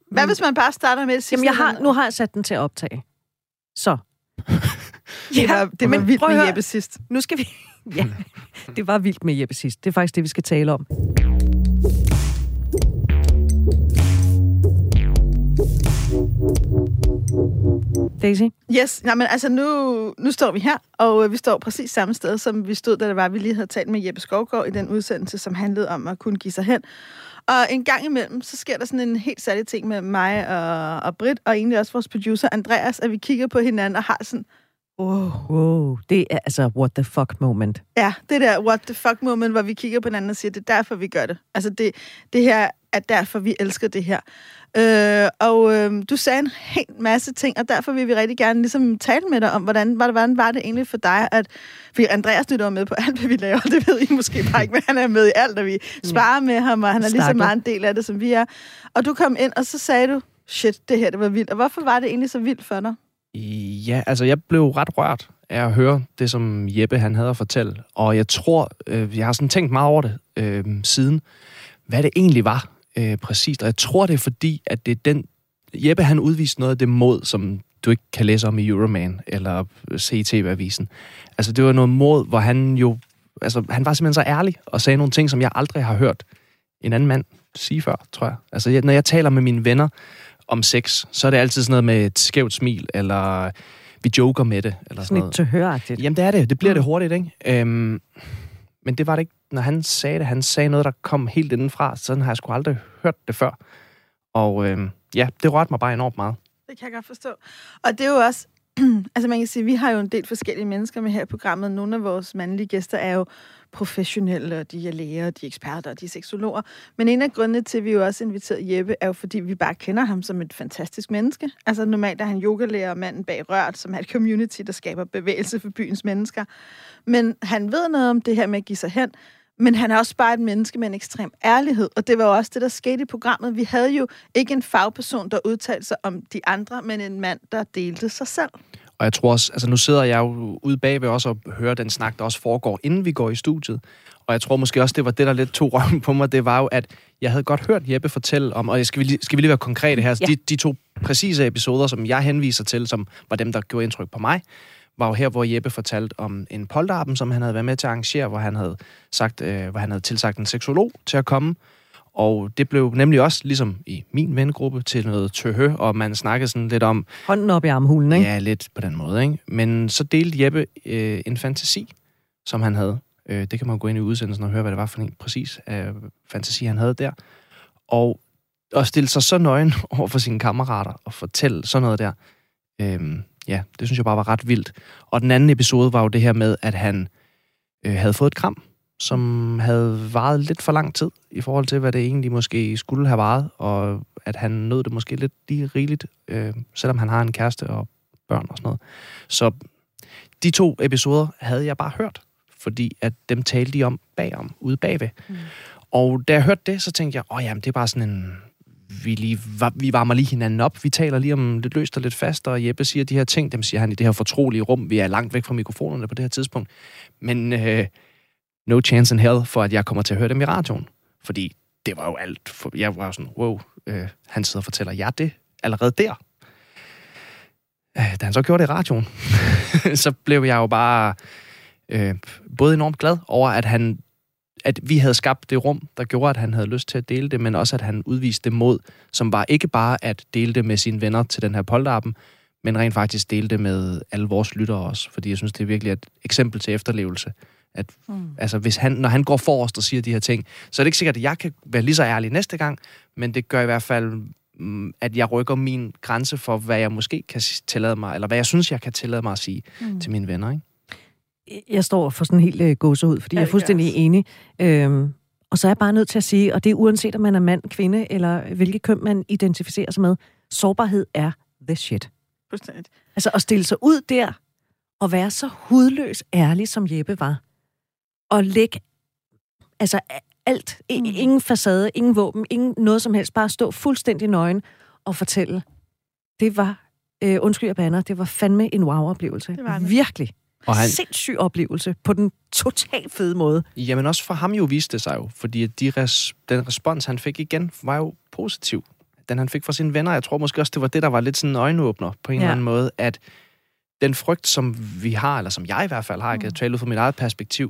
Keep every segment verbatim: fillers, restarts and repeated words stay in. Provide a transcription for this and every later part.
Hvad hvis man bare starter med at sige... Jamen, jeg har, nu har jeg sat den til at optage. Så. det var, det var vildt med Jeppe sidst. Nu skal vi... ja, det var vildt med Jeppe sidst. Det er faktisk det, vi skal tale om. Daisy? Yes, nej, men altså nu, nu står vi her, og øh, vi står præcis samme sted, som vi stod, da det var, vi lige havde talt med Jeppe Skovgaard i den udsendelse, som handlede om at kunne give sig hen. Og en gang imellem, så sker der sådan en helt særlig ting med mig og, og Britt, og egentlig også vores producer Andreas, at vi kigger på hinanden og har sådan, wow. Wow, det er altså what the fuck moment. Ja, det der what the fuck moment, hvor vi kigger på hinanden og siger, det er derfor, vi gør det. Altså det, det her er derfor, vi elsker det her. Øh, og øh, du sagde en helt masse ting, og derfor vil vi rigtig gerne ligesom tale med dig om, hvordan, hvordan var det egentlig for dig, at... Fordi Andreas lytter med på alt, hvad vi laver, det ved I måske bare ikke, men han er med i alt, og vi sparer med ham, og han er lige så meget en del af det, som vi er. Og du kom ind, og så sagde du, shit, det her, det var vildt. Og hvorfor var det egentlig så vildt for dig? Ja, altså jeg blev ret rørt af at høre det, som Jeppe han havde at fortælle. Og jeg tror, øh, jeg har sådan tænkt meget over det øh, siden, hvad det egentlig var øh, præcist. Og jeg tror, det er fordi, at det er den... Jeppe han udviste noget af det mod, som du ikke kan læse om i Euroman eller se i T V-avisen. Altså det var noget mod, hvor han jo... Altså han var simpelthen så ærlig og sagde nogle ting, som jeg aldrig har hørt en anden mand sige før, tror jeg. Altså jeg, når jeg taler med mine venner om sex, så er det altid sådan noget med et skævt smil, eller vi joker med det, eller sådan, sådan noget. Sådan lidt tilhøragtigt. Jamen det er det, det bliver mm. det hurtigt, ikke? Øhm, men det var det ikke, når han sagde det, han sagde noget, der kom helt indenfra, sådan har jeg sgu aldrig hørt det før. Og øhm, ja, det rørte mig bare enormt meget. Det kan jeg godt forstå. Og det er jo også, altså man kan sige, vi har jo en del forskellige mennesker med her i programmet. Nogle af vores mandlige gæster er jo professionelle, og de er læger, de er eksperter, og de er seksologer. Men en af grundene til, at vi jo også inviterede Jeppe, er jo fordi, vi bare kender ham som et fantastisk menneske. Altså normalt er han yogalærer og manden bag Rørt, som er et community, der skaber bevægelse for byens mennesker. Men han ved noget om det her med at give sig hen, men han er også bare et menneske med en ekstrem ærlighed, og det var jo også det, der skete i programmet. Vi havde jo ikke en fagperson, der udtalte sig om de andre, men en mand, der delte sig selv. Og jeg tror også, altså nu sidder jeg jo ude bagved også og hører den snak, der også foregår, inden vi går i studiet. Og jeg tror måske også, det var det, der lidt tog røven på mig, det var jo, at jeg havde godt hørt Jeppe fortælle om, og skal vi lige, skal vi lige være konkrete her, ja. de, de to præcise episoder, som jeg henviser til, som var dem, der gjorde indtryk på mig, var jo her, hvor Jeppe fortalte om en polterappen, som han havde været med til at arrangere, hvor han havde sagt, øh, hvor han havde tilsagt en seksolog til at komme. Og det blev nemlig også, ligesom i min vennegruppe, til noget tøhø, og man snakkede sådan lidt om... Hånden op i armhulen, ikke? Ja, lidt på den måde, ikke? Men så delte Jeppe øh, en fantasi, som han havde. Øh, det kan man gå ind i udsendelsen og høre, hvad det var for en præcis øh, fantasi, han havde der. Og, og stille sig så nøgen over for sine kammerater og fortælle sådan noget der. Øh, ja, det synes jeg bare var ret vildt. Og den anden episode var jo det her med, at han øh, havde fået et kram, som havde varet lidt for lang tid i forhold til, hvad det egentlig måske skulle have varet, og at han nåede det måske lidt lige rigeligt, øh, selvom han har en kæreste og børn og sådan noget. Så de to episoder havde jeg bare hørt, fordi at dem talte de om bagom, ude bagved. Mm. Og da jeg hørte det, så tænkte jeg, åh jamen, det er bare sådan en... Vi, lige, vi varmer lige hinanden op. Vi taler lige om lidt løst og lidt fast, og Jeppe siger de her ting, dem siger han i det her fortrolige rum. Vi er langt væk fra mikrofonerne på det her tidspunkt. Men... Øh, no chance in hell for, at jeg kommer til at høre dem i radioen. Fordi det var jo alt. For, jeg var jo sådan, wow, øh, han sidder og fortæller jer det allerede der. Øh, da han så gjorde det i radioen, så blev jeg jo bare øh, både enormt glad over, at han, at vi havde skabt det rum, der gjorde, at han havde lyst til at dele det, men også, at han udviste det mod, som var ikke bare at dele det med sine venner til den her polterappen, men rent faktisk dele det med alle vores lyttere også. Fordi jeg synes, det er virkelig et eksempel til efterlevelse. At, mm. altså, hvis han, når han går forrest og siger de her ting, så er det ikke sikkert, at jeg kan være lige så ærlig næste gang, men det gør i hvert fald, mm, at jeg rykker min grænse for, hvad jeg måske kan tillade mig, eller hvad jeg synes, jeg kan tillade mig at sige mm. til mine venner, ikke? Jeg står for sådan helt øh, gåsehud, fordi ja, jeg er fuldstændig enig. Øhm, og så er jeg bare nødt til at sige, og det er uanset om man er mand, kvinde, eller hvilket køn man identificerer sig med, sårbarhed er the shit. Fuldstændig. Altså at stille sig ud der, og være så hudløs ærlig, som Jeppe var. Og lægge altså alt, mm. ingen facade, ingen våben, ingen noget som helst, bare stå fuldstændig nøgen og fortælle. Det var, øh, undskyld jeg bander, det var fandme en wow-oplevelse. Det var det. Virkelig. Og han... sindssyg oplevelse på den totalt fede måde. Jamen også for ham jo viste det sig jo, fordi de res... den respons, han fik igen, var jo positiv. den han fik fra sine venner. Jeg tror måske også, det var det, der var lidt sådan en øjenåbner på en ja. eller anden måde, at den frygt, som vi har, eller som jeg i hvert fald har, jeg kan tale ud fra mit eget perspektiv,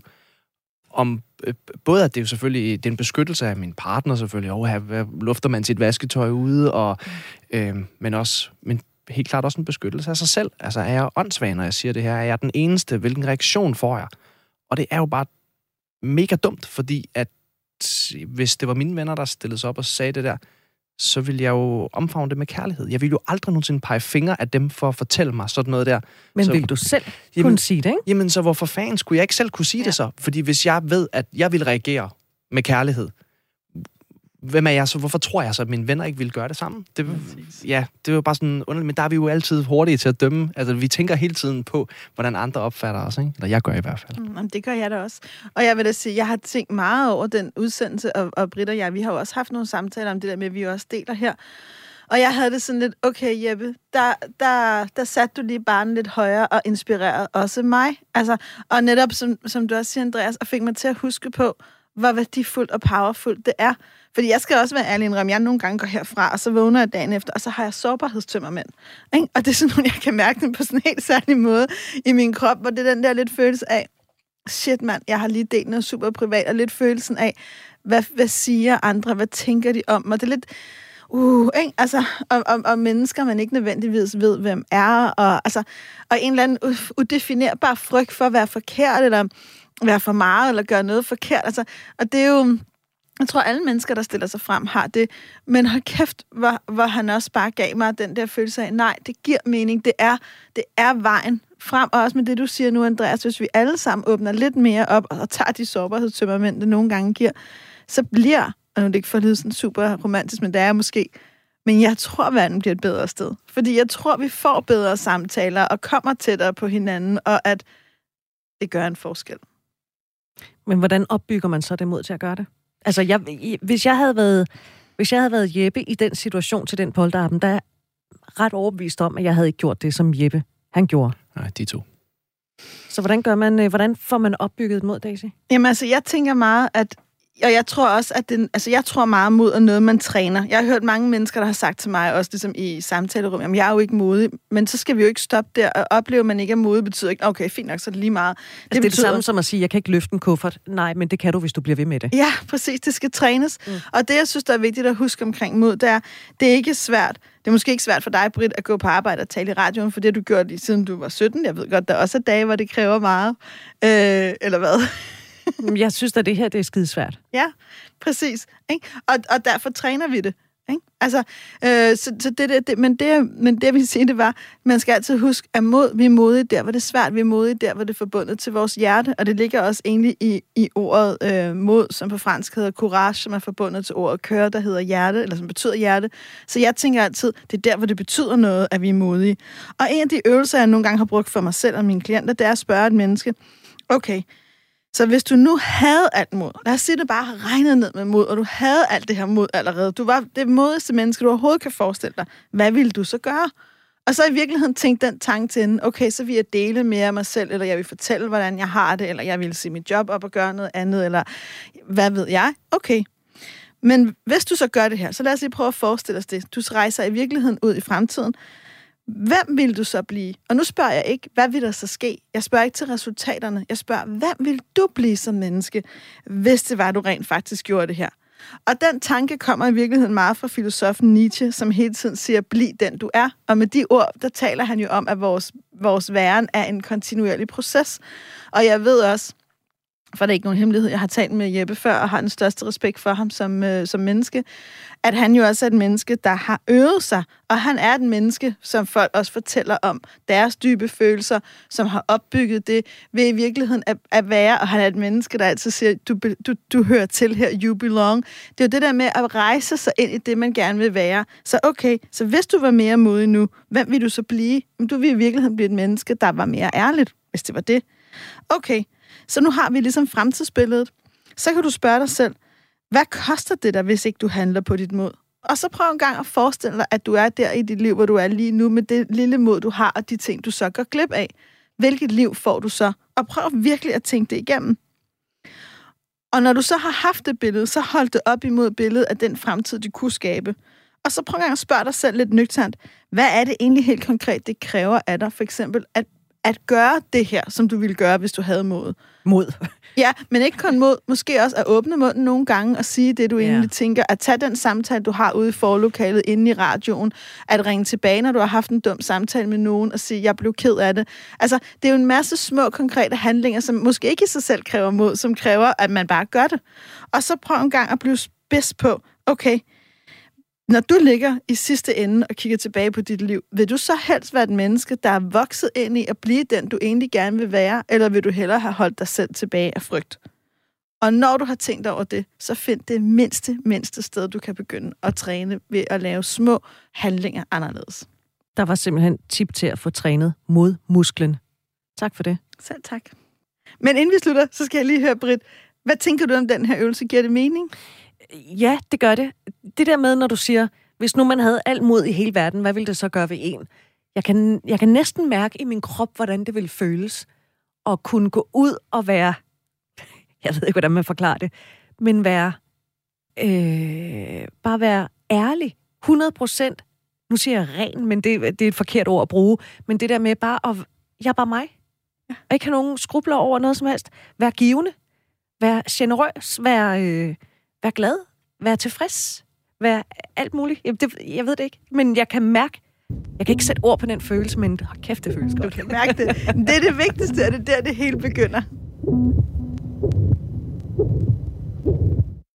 om øh, både at det er jo selvfølgelig det er en beskyttelse af min partner selvfølgelig, og her lufter man sit vasketøj ude, og, øh, men også, men helt klart også en beskyttelse af sig selv. Altså, er jeg åndssvag, når jeg siger det her? Er jeg den eneste? Hvilken reaktion får jeg? Og det er jo bare mega dumt, fordi at hvis det var mine venner, der stillede sig op og sagde det der, så ville jeg jo omfavne det med kærlighed. Jeg ville jo aldrig nogensinde pege fingre af dem for at fortælle mig sådan noget der. Men så, vil du selv jamen, kunne sige det, ikke? Jamen, så hvorfor fanden skulle jeg ikke selv kunne sige ja. det så? Fordi hvis jeg ved, at jeg vil reagere med kærlighed, hvem er jeg så? Hvorfor tror jeg så, at mine venner ikke ville gøre det samme? Det, ja, det er jo bare sådan underligt, men der er vi jo altid hurtige til at dømme. Altså, vi tænker hele tiden på, hvordan andre opfatter os, ikke? Eller jeg gør i hvert fald. Mm, det gør jeg da også. Og jeg vil da sige, jeg har tænkt meget over den udsendelse, og, og Britt og jeg, vi har jo også haft nogle samtaler om det der med, at vi også deler her. Og jeg havde det sådan lidt, okay Jeppe, der, der, der satte du lige barnen lidt højere og inspirerede også mig. Altså, og netop, som, som du også siger, Andreas, og fik mig til at huske på, hvor værdifuldt og powerfult det er. Fordi jeg skal også være ærlig indrømme, jeg nogle gange går herfra, og så vågner jeg dagen efter, og så har jeg sårbarhedstømmermænd. Ikke? Og det er sådan, at jeg kan mærke den på sådan en helt særlig måde i min krop, hvor det er den der lidt følelse af, shit mand, jeg har lige delt noget super privat, og lidt følelsen af, hvad, hvad siger andre, hvad tænker de om mig? Det er lidt, uh, ikke? Altså, og, og, og mennesker, man ikke nødvendigvis ved, hvem er, og, altså, og en eller anden udefinerbar frygt for at være forkert, eller være for meget, eller gøre noget forkert. Altså, og det er jo, jeg tror, alle mennesker, der stiller sig frem, har det. Men hold kæft, hvor, hvor han også bare gav mig den der følelse af, nej, det giver mening. Det er, det er vejen frem. Og også med det, du siger nu, Andreas, hvis vi alle sammen åbner lidt mere op, og tager de sårbarhedstømmermænd, det nogle gange giver, så bliver, og nu er det ikke for at lyde sådan super romantisk, men det er måske, men jeg tror, at verden bliver et bedre sted. Fordi jeg tror, vi får bedre samtaler, og kommer tættere på hinanden, og at det gør en forskel. Men hvordan opbygger man så det mod til at gøre det? Altså, jeg, hvis, jeg havde været, hvis jeg havde været Jeppe i den situation til den polterappen, der er ret overbevist om, at jeg havde ikke gjort det, som Jeppe han gjorde. Nej, de to. Så hvordan gør man, hvordan får man opbygget mod, Daisy? Jamen altså, jeg tænker meget, at og jeg tror også, at den, altså jeg tror meget mod er noget, man træner. Jeg har hørt mange mennesker, der har sagt til mig, også ligesom i samtalerum, jamen jeg er jo ikke modig, men så skal vi jo ikke stoppe der, og opleve, at man ikke er modig, betyder ikke, okay, fint nok, så er det lige meget. Det, altså, betyder, det er det samme som at sige, jeg kan ikke løfte en kuffert. Nej, men det kan du, hvis du bliver ved med det. Ja, præcis, det skal trænes. Mm. Og det, jeg synes, der er vigtigt at huske omkring mod, det er, det er ikke svært. Det er måske ikke svært for dig, Britt, at gå på arbejde og tale i radioen, for det har du gjort lige siden du var sytten. Jeg ved godt, der er også dage, hvor det kræver meget. Øh, eller hvad? Jeg synes, at det her det er skidesvært. Ja, præcis. Ikke? Og, og derfor træner vi det. Ikke? Altså, øh, så, så det, det, det, men, det, men det, jeg vil sige, det var, man skal altid huske, at mod, vi er modige der, hvor det er svært. Vi er modige der, hvor det er forbundet til vores hjerte. Og det ligger også egentlig i, i ordet øh, mod, som på fransk hedder courage, som er forbundet til ordet køre, der hedder hjerte, eller som betyder hjerte. Så jeg tænker altid, det er der, hvor det betyder noget, at vi er modige. Og en af de øvelser, jeg nogle gange har brugt for mig selv og mine klienter, det er at spørge et menneske, okay, så hvis du nu havde alt mod, lad os sige, det bare har regnet ned med mod, og du havde alt det her mod allerede, du var det modigste menneske, du overhovedet kan forestille dig, hvad ville du så gøre? Og så i virkeligheden tænke den tanke til hende, okay, så vil jeg dele mere af mig selv, eller jeg vil fortælle, hvordan jeg har det, eller jeg vil sige mit job op og gøre noget andet, eller hvad ved jeg? Okay. Men hvis du så gør det her, så lad os lige prøve at forestille os det. Du rejser i virkeligheden ud i fremtiden. Hvem vil du så blive? Og nu spørger jeg ikke, hvad vil der så ske? Jeg spørger ikke til resultaterne. Jeg spørger, hvem vil du blive som menneske, hvis det var, du rent faktisk gjorde det her? Og den tanke kommer i virkeligheden meget fra filosofen Nietzsche, som hele tiden siger, bliv den du er. Og med de ord, der taler han jo om, at vores, vores væren er en kontinuerlig proces. Og jeg ved også, for det er ikke nogen hemmelighed, jeg har talt med Jeppe før, og har den største respekt for ham som, øh, som menneske, at han jo også er et menneske, der har øvet sig, og han er et menneske, som folk også fortæller om deres dybe følelser, som har opbygget det ved i virkeligheden at, at være, og han er et menneske, der altid siger, du, du, du hører til her, you belong. Det er jo det der med at rejse sig ind i det, man gerne vil være. Så okay, så hvis du var mere modig nu, hvem vil du så blive? Du vil i virkeligheden blive et menneske, der var mere ærligt, hvis det var det. Okay, så nu har vi ligesom fremtidsbilledet. Så kan du spørge dig selv, hvad koster det dig, hvis ikke du handler på dit mod? Og så prøv en gang at forestille dig, at du er der i dit liv, hvor du er lige nu, med det lille mod, du har, og de ting, du så går glip af. Hvilket liv får du så? Og prøv virkelig at tænke det igennem. Og når du så har haft det billede, så hold det op imod billedet af den fremtid, du kunne skabe. Og så prøv at spørge dig selv lidt nøgternt, hvad er det egentlig helt konkret, det kræver af dig, for eksempel at, at gøre det her, som du ville gøre, hvis du havde mod. Mod. Ja, men ikke kun mod, måske også at åbne munden nogle gange og sige det, du Ja. egentlig tænker, at tage den samtale, du har ude i forlokalet, inde i radioen, at ringe tilbage, når du har haft en dum samtale med nogen, og sige, jeg blev ked af det. Altså, det er jo en masse små, konkrete handlinger, som måske ikke i sig selv kræver mod, som kræver, at man bare gør det. Og så prøv en gang at blive spids på, okay, når du ligger i sidste ende og kigger tilbage på dit liv, vil du så helst være et menneske, der er vokset ind i at blive den, du egentlig gerne vil være, eller vil du hellere have holdt dig selv tilbage af frygt? Og når du har tænkt over det, så find det mindste, mindste sted, du kan begynde at træne ved at lave små handlinger anderledes. Der var simpelthen tip til at få trænet mod musklen. Tak for det. Selv tak. Men inden vi slutter, så skal jeg lige høre, Britt, hvad tænker du om den her øvelse? Giver det mening? Ja, det gør det. Det der med, når du siger, hvis nu man havde alt mod i hele verden, hvad ville det så gøre ved en? Jeg kan, jeg kan næsten mærke i min krop, hvordan det ville føles at kunne gå ud og være, jeg ved ikke, hvordan man forklarer det, men være, øh, bare være ærlig, hundrede procent. Nu siger jeg ren, men det, det er et forkert ord at bruge, men det der med bare at, jeg er bare mig. Ja. Og ikke have nogen skrubler over noget som helst. Vær givende, vær generøs, vær... Øh, Vær glad, vær tilfreds, vær alt muligt. Jeg, det, jeg ved det ikke, men jeg kan mærke, jeg kan ikke sætte ord på den følelse, men hold kæft, det føles godt. Du kan mærke det. Det er det vigtigste, og det er der, det hele begynder.